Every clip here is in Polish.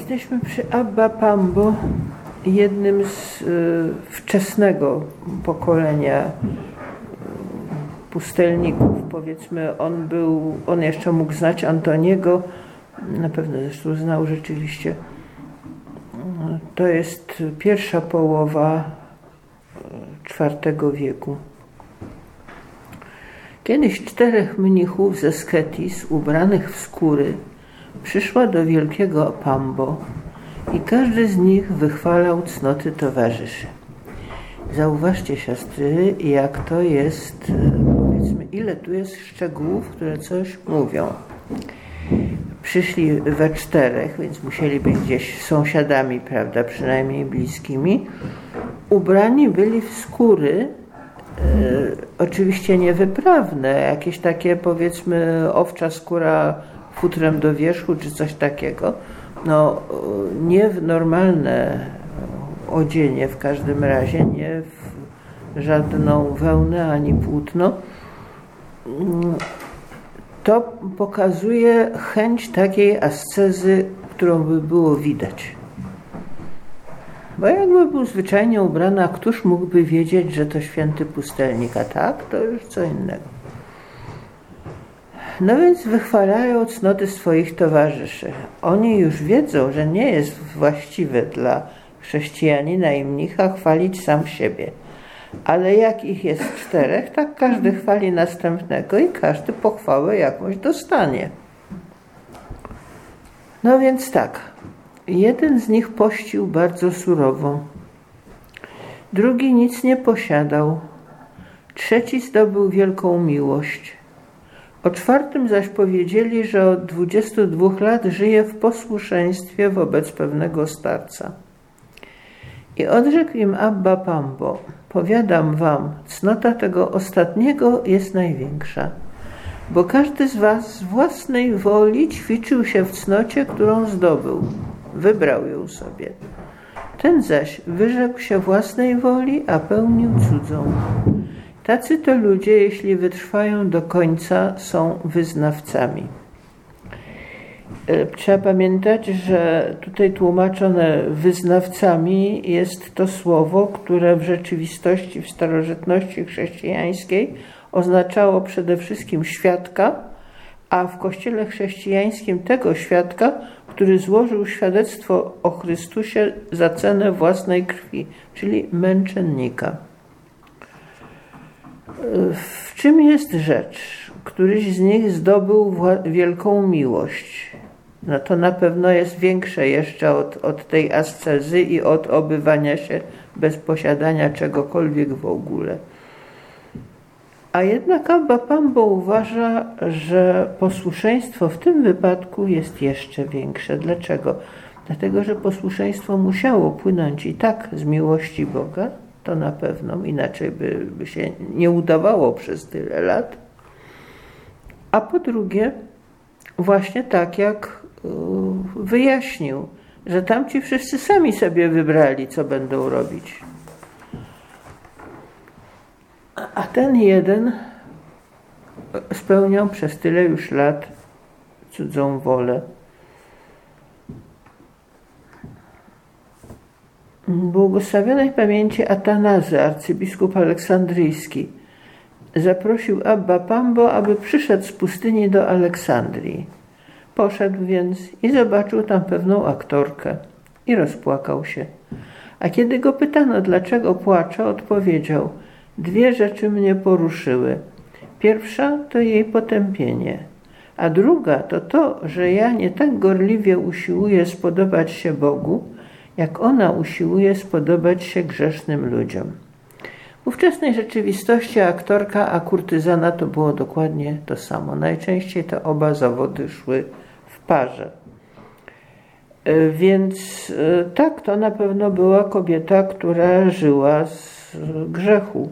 Jesteśmy przy Abba Pambo, jednym z wczesnego pokolenia pustelników. Powiedzmy, on jeszcze mógł znać Antoniego, na pewno zresztą znał rzeczywiście. To jest pierwsza połowa IV wieku. Kiedyś 4 mnichów ze Sketis, ubranych w skóry, przyszła do wielkiego Pambo i każdy z nich wychwalał cnoty towarzyszy. Zauważcie, siostry, jak to jest, powiedzmy, ile tu jest szczegółów, które coś mówią. Przyszli we 4, więc musieli być gdzieś sąsiadami, prawda, przynajmniej bliskimi. Ubrani byli w skóry, oczywiście niewyprawne, jakieś takie, powiedzmy, owcza skóra futrem do wierzchu czy coś takiego. No, nie w normalne odzienie w każdym razie, nie w żadną wełnę ani płótno. To pokazuje chęć takiej ascezy, którą by było widać. Bo jakby był zwyczajnie ubrany, a któż mógłby wiedzieć, że to święty pustelnik, a tak, to już co innego. No więc wychwalają cnoty swoich towarzyszy. Oni już wiedzą, że nie jest właściwe dla chrześcijanina i mnicha chwalić sam siebie. Ale jak ich jest 4, tak każdy chwali następnego i każdy pochwałę jakąś dostanie. No więc tak, jeden z nich pościł bardzo surowo, drugi nic nie posiadał, trzeci zdobył wielką miłość. O 4 zaś powiedzieli, że od 22 lat żyje w posłuszeństwie wobec pewnego starca. I odrzekł im Abba Pambo: powiadam wam, cnota tego ostatniego jest największa, bo każdy z was z własnej woli ćwiczył się w cnocie, którą zdobył, wybrał ją sobie. Ten zaś wyrzekł się własnej woli, a pełnił cudzą. Tacy to ludzie, jeśli wytrwają do końca, są wyznawcami. Trzeba pamiętać, że tutaj tłumaczone wyznawcami jest to słowo, które w rzeczywistości, w starożytności chrześcijańskiej oznaczało przede wszystkim świadka, a w Kościele chrześcijańskim tego świadka, który złożył świadectwo o Chrystusie za cenę własnej krwi, czyli męczennika. W czym jest rzecz? Któryś z nich zdobył wielką miłość. No to na pewno jest większe jeszcze od tej ascezy i od obywania się bez posiadania czegokolwiek w ogóle. A jednak Abba Pambo uważa, że posłuszeństwo w tym wypadku jest jeszcze większe. Dlaczego? Dlatego, że posłuszeństwo musiało płynąć i tak z miłości Boga, to na pewno, inaczej by się nie udawało przez tyle lat. A po drugie, właśnie tak jak wyjaśnił, że tamci wszyscy sami sobie wybrali, co będą robić. A ten jeden spełniał przez tyle już lat cudzą wolę. Błogosławionej pamięci Atanazy, arcybiskup aleksandryjski, zaprosił Abba Pambo, aby przyszedł z pustyni do Aleksandrii. Poszedł więc i zobaczył tam pewną aktorkę i rozpłakał się. A kiedy go pytano, dlaczego płacze, odpowiedział: 2 rzeczy mnie poruszyły. Pierwsza to jej potępienie, a druga to to, że ja nie tak gorliwie usiłuję spodobać się Bogu, jak ona usiłuje spodobać się grzesznym ludziom. W ówczesnej rzeczywistości aktorka a kurtyzana to było dokładnie to samo. Najczęściej te oba zawody szły w parze. Więc tak, to na pewno była kobieta, która żyła z grzechu.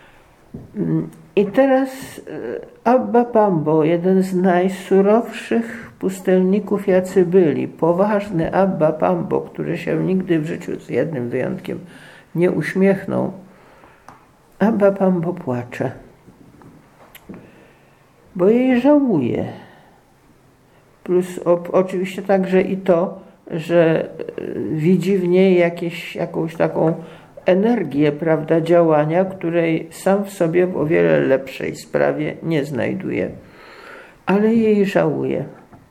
I teraz Abba Pambo, jeden z najsurowszych pustelników, jacy byli, poważny Abba Pambo, który się nigdy w życiu, z jednym wyjątkiem, nie uśmiechnął, Abba Pambo płacze, bo jej żałuje. Plus oczywiście także i to, że widzi w niej jakąś taką energię, prawda, działania, której sam w sobie w o wiele lepszej sprawie nie znajduje, ale jej żałuje.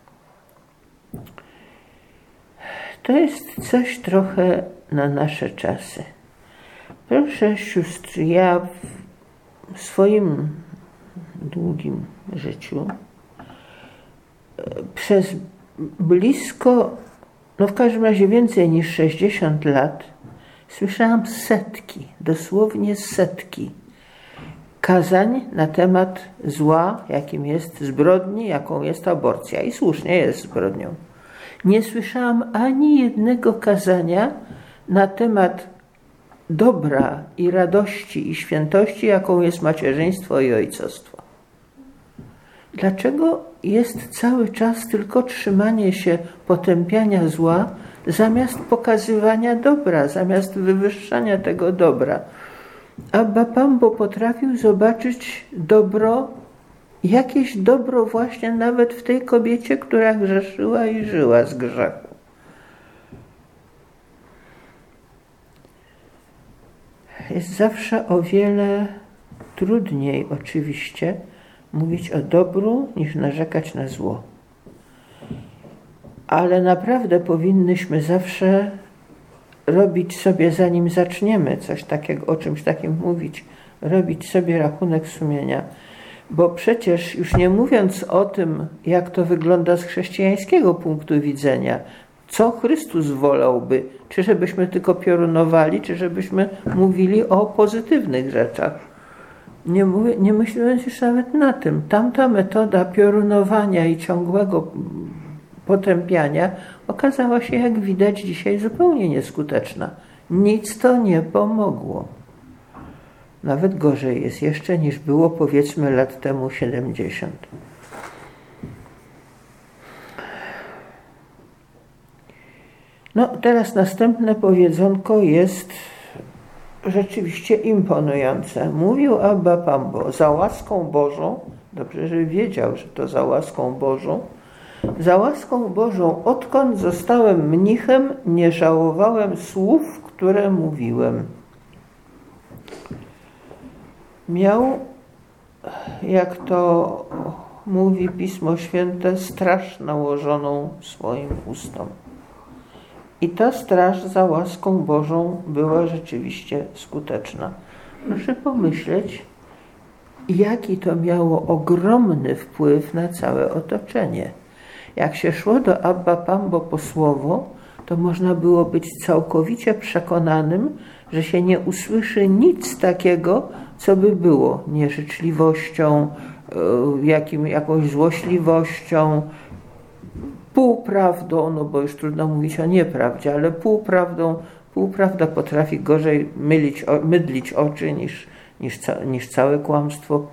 To jest coś trochę na nasze czasy. Proszę sióstr, ja w swoim długim życiu przez blisko, no w każdym razie więcej niż 60 lat słyszałam setki, dosłownie setki kazań na temat zła, jakim jest zbrodni, jaką jest aborcja. I słusznie jest zbrodnią. Nie słyszałam ani jednego kazania na temat dobra i radości i świętości, jaką jest macierzyństwo i ojcostwo. Dlaczego jest cały czas tylko trzymanie się potępiania zła, zamiast pokazywania dobra, zamiast wywyższania tego dobra? Abba Pambo potrafił zobaczyć dobro, jakieś dobro właśnie nawet w tej kobiecie, która grzeszyła i żyła z grzechu. Jest zawsze o wiele trudniej oczywiście mówić o dobru, niż narzekać na zło. Ale naprawdę powinnyśmy zawsze robić sobie, zanim zaczniemy coś takiego, o czymś takim mówić, robić sobie rachunek sumienia. Bo przecież już nie mówiąc o tym, jak to wygląda z chrześcijańskiego punktu widzenia, co Chrystus wolałby, czy żebyśmy tylko piorunowali, czy żebyśmy mówili o pozytywnych rzeczach. Nie myśląc już nawet na tym. Tamta metoda piorunowania i ciągłego potępiania okazała się, jak widać dzisiaj, zupełnie nieskuteczna. Nic to nie pomogło. Nawet gorzej jest jeszcze niż było, powiedzmy, lat temu 70. No teraz następne powiedzonko jest rzeczywiście imponujące. Mówił Abba Pambo, za łaską Bożą, dobrze, że wiedział, że to za łaską Bożą, za łaską Bożą, odkąd zostałem mnichem, nie żałowałem słów, które mówiłem. Miał, jak to mówi Pismo Święte, straż nałożoną swoim ustom. I ta straż za łaską Bożą była rzeczywiście skuteczna. Proszę pomyśleć, jaki to miało ogromny wpływ na całe otoczenie. Jak się szło do Abba Pambo po słowo, to można było być całkowicie przekonanym, że się nie usłyszy nic takiego, co by było nieżyczliwością, jakąś złośliwością, półprawdą, no bo już trudno mówić o nieprawdzie, ale półprawda potrafi gorzej mydlić oczy niż całe kłamstwo.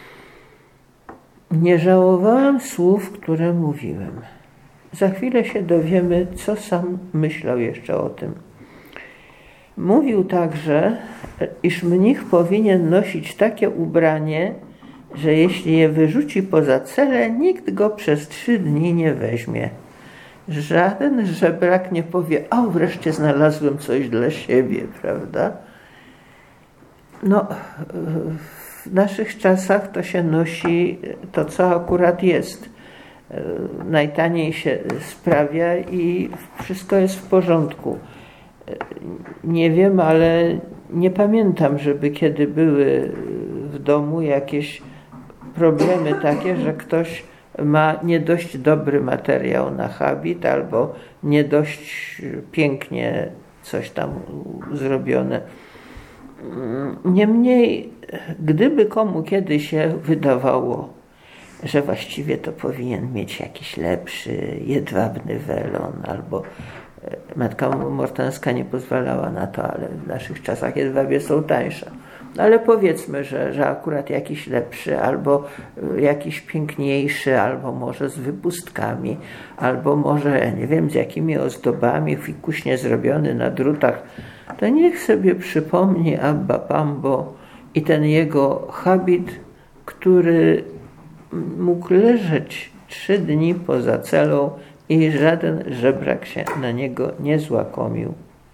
Nie żałowałem słów, które mówiłem. Za chwilę się dowiemy, co sam myślał jeszcze o tym. Mówił także, iż mnich powinien nosić takie ubranie, że jeśli je wyrzuci poza cele, nikt go przez 3 dni nie weźmie. Żaden żebrak nie powie, a wreszcie znalazłem coś dla siebie, prawda? No, w naszych czasach to się nosi to, co akurat jest. Najtaniej się sprawia i wszystko jest w porządku. Nie wiem, ale nie pamiętam, żeby kiedy były w domu jakieś problemy takie, że ktoś ma nie dość dobry materiał na habit albo nie dość pięknie coś tam zrobione. Niemniej, gdyby komu kiedyś się wydawało, że właściwie to powinien mieć jakiś lepszy, jedwabny welon, albo matka Mortańska nie pozwalała na to, ale w naszych czasach jedwabie są tańsze. Ale powiedzmy, że akurat jakiś lepszy, albo jakiś piękniejszy, albo może z wypustkami, albo może, nie wiem, z jakimi ozdobami, fikuśnie zrobiony na drutach, to niech sobie przypomni Abba Pambo i ten jego habit, który mógł leżeć 3 dni poza celą, i żaden żebrak się na niego nie złakomił.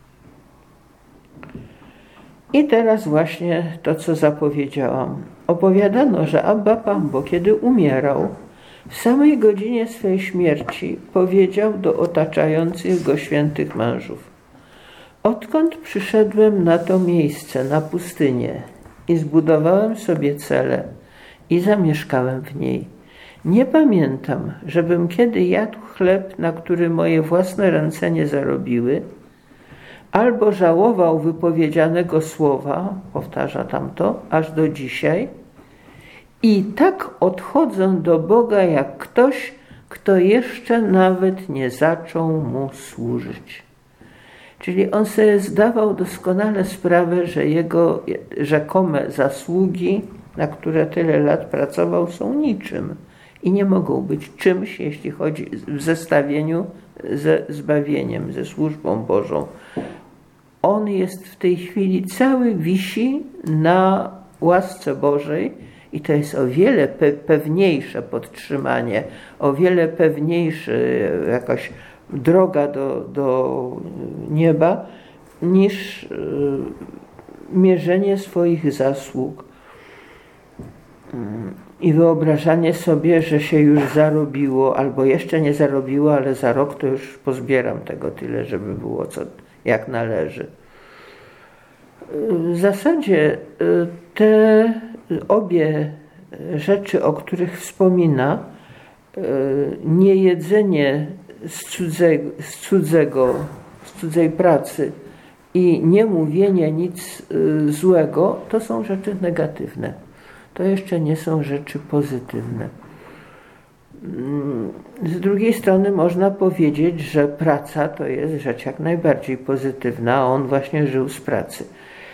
I teraz właśnie to, co zapowiedziałam. Opowiadano, że Abba Pambo, kiedy umierał, w samej godzinie swej śmierci powiedział do otaczających go świętych mężów: odkąd przyszedłem na to miejsce, na pustynię i zbudowałem sobie celę i zamieszkałem w niej, nie pamiętam, żebym kiedy jadł chleb, na który moje własne ręce nie zarobiły, albo żałował wypowiedzianego słowa, powtarza tamto, aż do dzisiaj, i tak odchodzę do Boga jak ktoś, kto jeszcze nawet nie zaczął mu służyć. Czyli on sobie zdawał doskonale sprawę, że jego rzekome zasługi, na które tyle lat pracował, są niczym i nie mogą być czymś, jeśli chodzi w zestawieniu ze zbawieniem, ze służbą Bożą. On jest w tej chwili cały wisi na łasce Bożej i to jest o wiele pewniejsze podtrzymanie, o wiele pewniejsza jakaś droga do nieba niż mierzenie swoich zasług i wyobrażanie sobie, że się już zarobiło, albo jeszcze nie zarobiło, ale za rok to już pozbieram tego tyle, żeby było jak należy. W zasadzie te obie rzeczy, o których wspomina, niejedzenie z cudzej pracy i nie mówienie nic złego, to są rzeczy negatywne. To jeszcze nie są rzeczy pozytywne. Z drugiej strony można powiedzieć, że praca to jest rzecz jak najbardziej pozytywna, a on właśnie żył z pracy.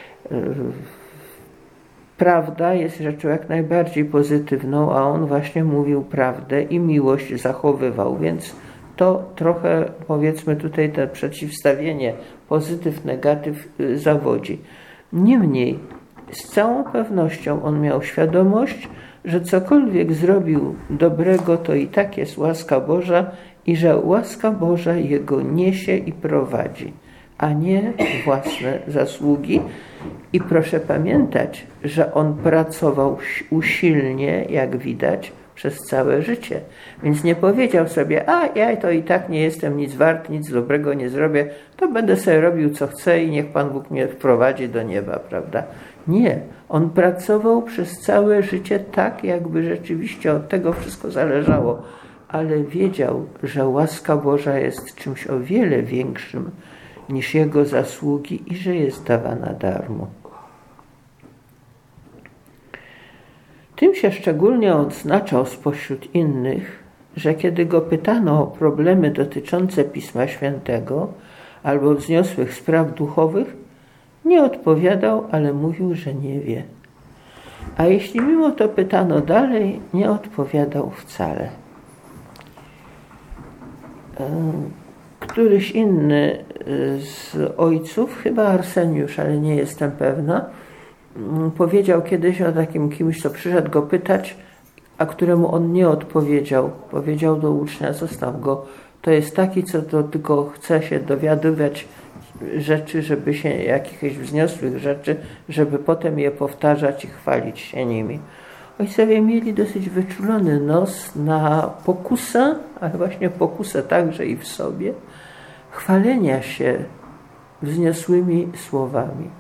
Prawda jest rzeczą jak najbardziej pozytywną, a on właśnie mówił prawdę i miłość zachowywał, więc to trochę, powiedzmy tutaj, to przeciwstawienie pozytyw, negatyw zawodzi. Niemniej, z całą pewnością on miał świadomość, że cokolwiek zrobił dobrego, to i tak jest łaska Boża i że łaska Boża jego niesie i prowadzi, a nie własne zasługi. I proszę pamiętać, że on pracował usilnie, jak widać, przez całe życie. Więc nie powiedział sobie, a ja to i tak nie jestem nic wart, nic dobrego nie zrobię, to będę sobie robił co chcę i niech Pan Bóg mnie wprowadzi do nieba, prawda? Nie. On pracował przez całe życie tak, jakby rzeczywiście od tego wszystko zależało, ale wiedział, że łaska Boża jest czymś o wiele większym niż jego zasługi i że jest dawana darmo. Tym się szczególnie odznaczał spośród innych, że kiedy go pytano o problemy dotyczące Pisma Świętego albo wzniosłych spraw duchowych, nie odpowiadał, ale mówił, że nie wie. A jeśli mimo to pytano dalej, nie odpowiadał wcale. Któryś inny z ojców, chyba Arseniusz, ale nie jestem pewna, powiedział kiedyś o takim kimś, co przyszedł go pytać, a któremu on nie odpowiedział. Powiedział do ucznia, zostaw go. To jest taki, co to tylko chce się dowiadywać rzeczy, żeby się, jakichś wzniosłych rzeczy, żeby potem je powtarzać i chwalić się nimi. Ojcowie mieli dosyć wyczulony nos na pokusę, ale właśnie pokusę także i w sobie, chwalenia się wzniosłymi słowami.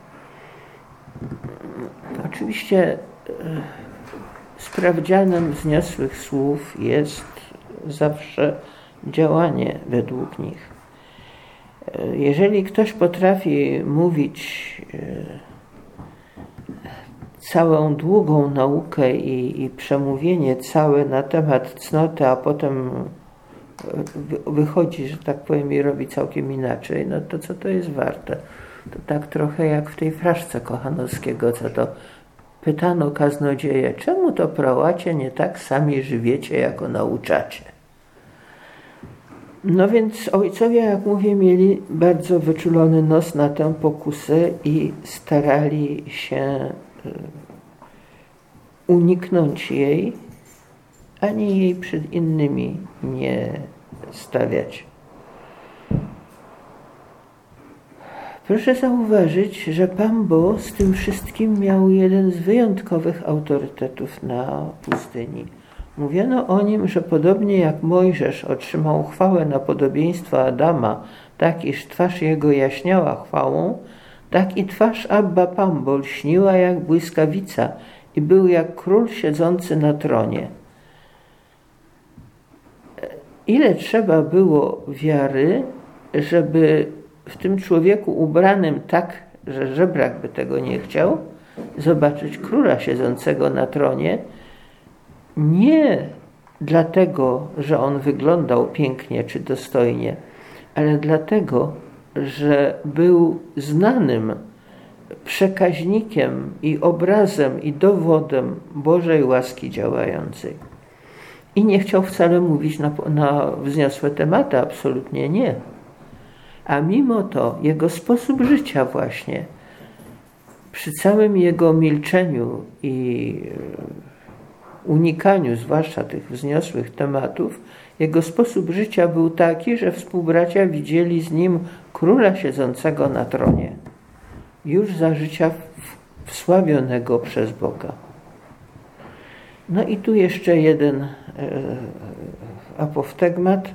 Oczywiście sprawdzianem wzniosłych słów jest zawsze działanie według nich. Jeżeli ktoś potrafi mówić całą długą naukę i przemówienie całe na temat cnoty, a potem wychodzi, że tak powiem, i robi całkiem inaczej, no to co to jest warte? To tak trochę jak w tej fraszce Kochanowskiego, co to pytano kaznodzieje, czemu to prałacie nie tak sami żywiecie, jako nauczacie? No więc ojcowie, jak mówię, mieli bardzo wyczulony nos na tę pokusę i starali się uniknąć jej, ani jej przed innymi nie stawiać. Proszę zauważyć, że Pan Bo z tym wszystkim miał jeden z wyjątkowych autorytetów na pustyni. Mówiono o nim, że podobnie jak Mojżesz otrzymał chwałę na podobieństwo Adama, tak iż twarz jego jaśniała chwałą, tak i twarz Abba Pambo lśniła jak błyskawica i był jak król siedzący na tronie. Ile trzeba było wiary, żeby w tym człowieku ubranym tak, że żebrak by tego nie chciał, zobaczyć króla siedzącego na tronie, nie dlatego, że on wyglądał pięknie czy dostojnie, ale dlatego, że był znanym przekaźnikiem i obrazem i dowodem Bożej łaski działającej. I nie chciał wcale mówić na wzniosłe tematy, absolutnie nie. A mimo to jego sposób życia właśnie, przy całym jego milczeniu i unikaniu zwłaszcza tych wzniosłych tematów, jego sposób życia był taki, że współbracia widzieli z nim króla siedzącego na tronie, już za życia wsławionego przez Boga. No i tu jeszcze jeden apoftegmat.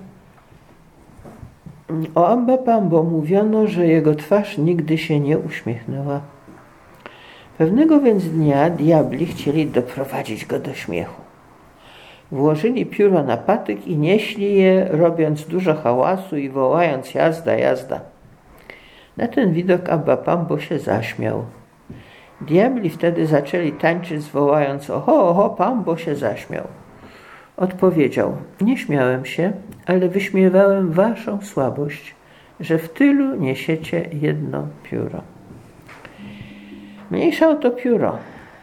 O Abba Pambo mówiono, że jego twarz nigdy się nie uśmiechnęła. Pewnego więc dnia diabli chcieli doprowadzić go do śmiechu. Włożyli pióro na patyk i nieśli je, robiąc dużo hałasu i wołając jazda, jazda. Na ten widok Abba Pambo się zaśmiał. Diabli wtedy zaczęli tańczyć, wołając oho, oho, Pambo się zaśmiał. Odpowiedział, nie śmiałem się, ale wyśmiewałem waszą słabość, że w tylu niesiecie jedno pióro. Mniejsza o to pióro.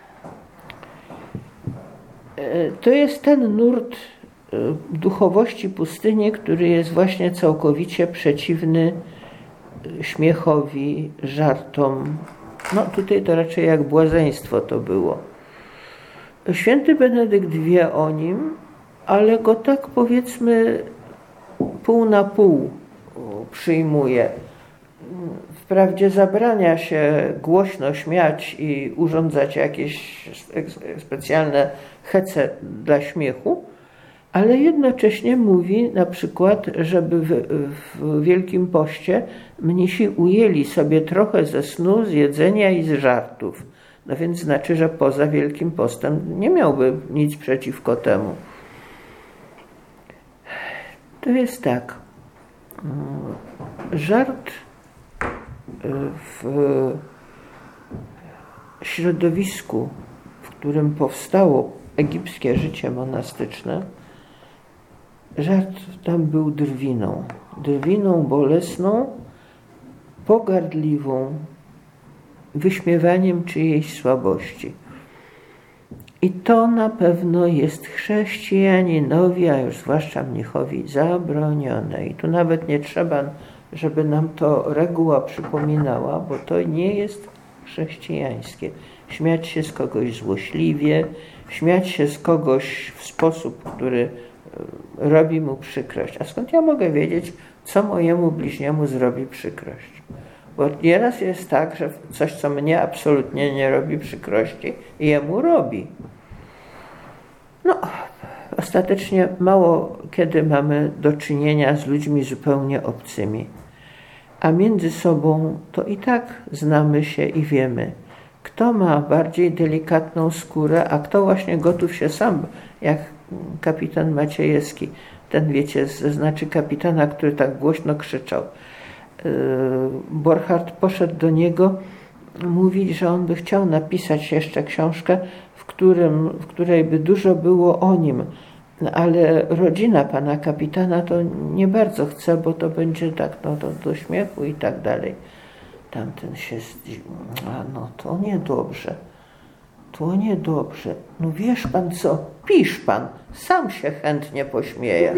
To jest ten nurt duchowości pustyni, który jest właśnie całkowicie przeciwny śmiechowi, żartom. No tutaj to raczej jak błazeństwo to było. Święty Benedykt wie o nim, ale go tak powiedzmy pół na pół przyjmuje. Wprawdzie zabrania się głośno śmiać i urządzać jakieś specjalne hece dla śmiechu, ale jednocześnie mówi na przykład, żeby w Wielkim Poście mnisi ujęli sobie trochę ze snu, z jedzenia i z żartów. No więc znaczy, że poza Wielkim Postem nie miałby nic przeciwko temu. To jest tak. Żart w środowisku, w którym powstało egipskie życie monastyczne, żart tam był drwiną. Drwiną bolesną, pogardliwą, wyśmiewaniem czyjejś słabości. I to na pewno jest chrześcijaninowi, a już zwłaszcza mnichowi, zabronione. I tu nawet nie trzeba, żeby nam to reguła przypominała, bo to nie jest chrześcijańskie. Śmiać się z kogoś złośliwie, śmiać się z kogoś w sposób, który robi mu przykrość. A skąd ja mogę wiedzieć, co mojemu bliźniemu zrobi przykrość? Bo nieraz jest tak, że coś, co mnie absolutnie nie robi przykrości, jemu robi. No, ostatecznie mało kiedy mamy do czynienia z ludźmi zupełnie obcymi. A między sobą to i tak znamy się i wiemy, kto ma bardziej delikatną skórę, a kto właśnie gotów się sam, jak kapitan Maciejewski, ten wiecie, znaczy kapitana, który tak głośno krzyczał. Borchardt poszedł do niego mówić, że on by chciał napisać jeszcze książkę, w której by dużo było o nim, ale rodzina pana kapitana to nie bardzo chce, bo to będzie tak, no to do śmiechu i tak dalej. Tamten się zdziwił. A no to niedobrze. To niedobrze. No wiesz pan co, pisz pan, sam się chętnie pośmieje.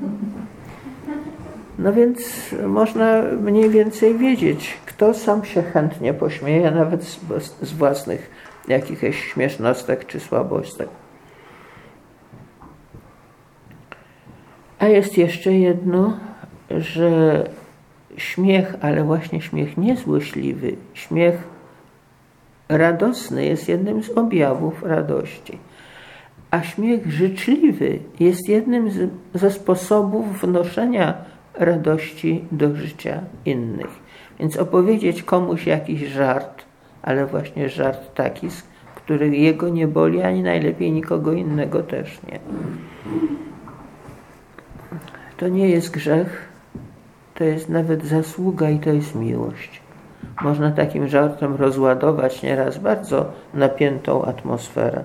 No więc można mniej więcej wiedzieć, kto sam się chętnie pośmieje, nawet z własnych jakichś śmiesznostek czy słabostek. A jest jeszcze jedno, że śmiech, ale właśnie śmiech niezłośliwy, śmiech radosny jest jednym z objawów radości. A śmiech życzliwy jest jednym ze sposobów wnoszenia radości do życia innych. Więc opowiedzieć komuś jakiś żart, ale właśnie żart taki, który jego nie boli, ani najlepiej nikogo innego też nie. To nie jest grzech, to jest nawet zasługa i to jest miłość. Można takim żartem rozładować nieraz bardzo napiętą atmosferę.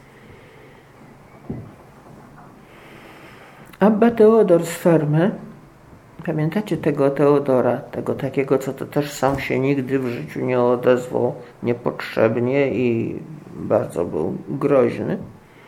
Abba Teodor z Fermy, pamiętacie tego Teodora, tego takiego, co to też sam się nigdy w życiu nie odezwał niepotrzebnie i bardzo był groźny.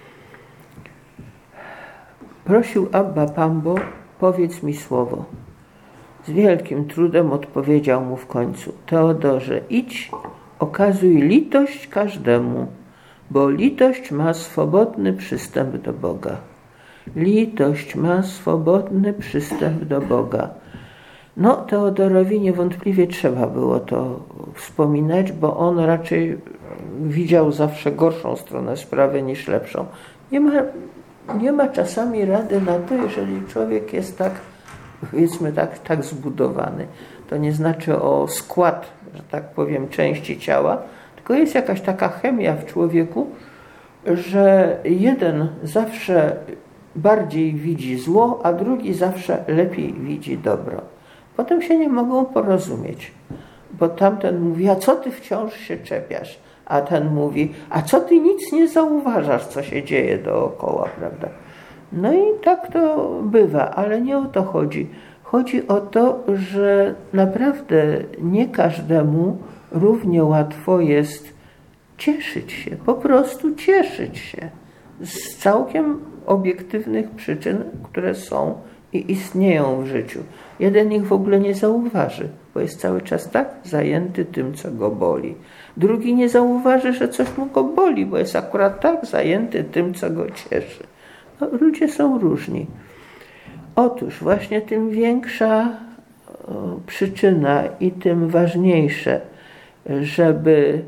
Prosił Abba Pambo, powiedz mi słowo. Z wielkim trudem odpowiedział mu w końcu: Teodorze, idź, okazuj litość każdemu, bo litość ma swobodny przystęp do Boga. Litość ma swobodny przystęp do Boga. No, Teodorowi niewątpliwie trzeba było to wspominać, bo on raczej widział zawsze gorszą stronę sprawy niż lepszą. Nie ma czasami rady na to, jeżeli człowiek jest tak, powiedzmy tak zbudowany. To nie znaczy o skład, że tak powiem, części ciała, tylko jest jakaś taka chemia w człowieku, że jeden zawsze bardziej widzi zło, a drugi zawsze lepiej widzi dobro. Potem się nie mogą porozumieć, bo tamten mówi, a co ty wciąż się czepiasz? A ten mówi, a co ty nic nie zauważasz, co się dzieje dookoła, prawda? No i tak to bywa, ale nie o to chodzi. Chodzi o to, że naprawdę nie każdemu równie łatwo jest cieszyć się, po prostu cieszyć się z całkiem obiektywnych przyczyn, które są i istnieją w życiu. Jeden ich w ogóle nie zauważy, bo jest cały czas tak zajęty tym, co go boli. Drugi nie zauważy, że coś mu go boli, bo jest akurat tak zajęty tym, co go cieszy. No, ludzie są różni. Otóż właśnie tym większa przyczyna i tym ważniejsze, żeby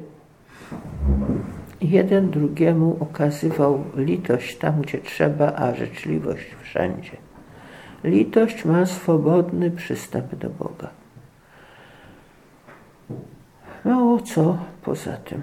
jeden drugiemu okazywał litość tam, gdzie trzeba, a życzliwość wszędzie. Litość ma swobodny przystęp do Boga. Mało co poza tym.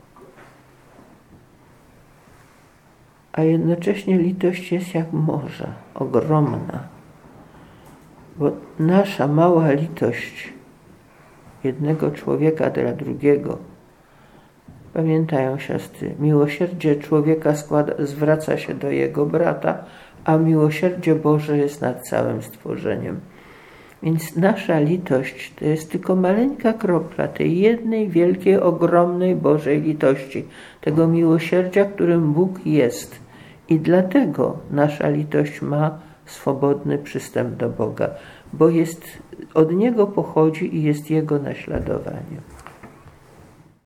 A jednocześnie litość jest jak morze, ogromna. Bo nasza mała litość jednego człowieka dla drugiego, pamiętają siostry, miłosierdzie człowieka zwraca się do jego brata, a miłosierdzie Boże jest nad całym stworzeniem. Więc nasza litość to jest tylko maleńka kropla tej jednej wielkiej, ogromnej Bożej litości, tego miłosierdzia, którym Bóg jest. I dlatego nasza litość ma swobodny przystęp do Boga, bo od Niego pochodzi i jest Jego naśladowaniem.